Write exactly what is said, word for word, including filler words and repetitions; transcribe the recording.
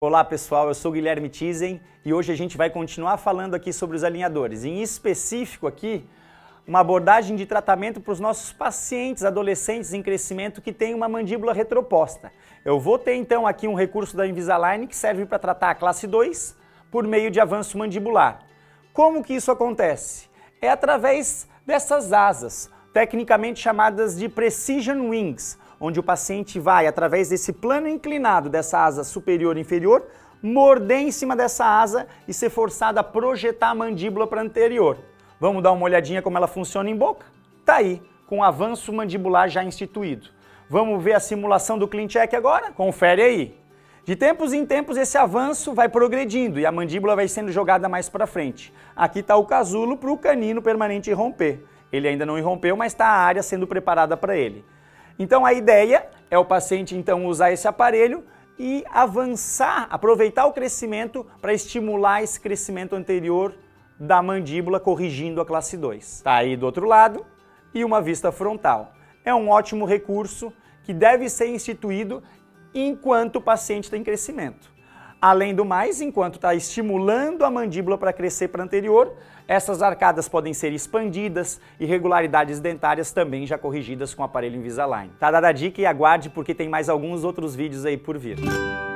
Olá pessoal, eu sou Guilherme Tizen e hoje a gente vai continuar falando aqui sobre os alinhadores. Em específico aqui, uma abordagem de tratamento para os nossos pacientes adolescentes em crescimento que têm uma mandíbula retroposta. Eu vou ter então aqui um recurso da Invisalign que serve para tratar a classe dois por meio de avanço mandibular. Como que isso acontece? É através dessas asas, tecnicamente chamadas de Precision Wings, onde o paciente vai, através desse plano inclinado dessa asa superior e inferior, morder em cima dessa asa e ser forçado a projetar a mandíbula para anterior. Vamos dar uma olhadinha como ela funciona em boca? Tá aí, com o avanço mandibular já instituído. Vamos ver a simulação do ClinCheck agora? Confere aí. De tempos em tempos esse avanço vai progredindo e a mandíbula vai sendo jogada mais para frente. Aqui está o casulo para o canino permanente irromper. Ele ainda não irrompeu, mas está a área sendo preparada para ele. Então a ideia é o paciente então usar esse aparelho e avançar, aproveitar o crescimento para estimular esse crescimento anterior da mandíbula, corrigindo a classe dois. Tá aí do outro lado e uma vista frontal. É um ótimo recurso que deve ser instituído enquanto o paciente tem crescimento. Além do mais, enquanto está estimulando a mandíbula para crescer para anterior, essas arcadas podem ser expandidas, irregularidades dentárias também já corrigidas com o aparelho Invisalign. Tá dada a dica e aguarde porque tem mais alguns outros vídeos aí por vir.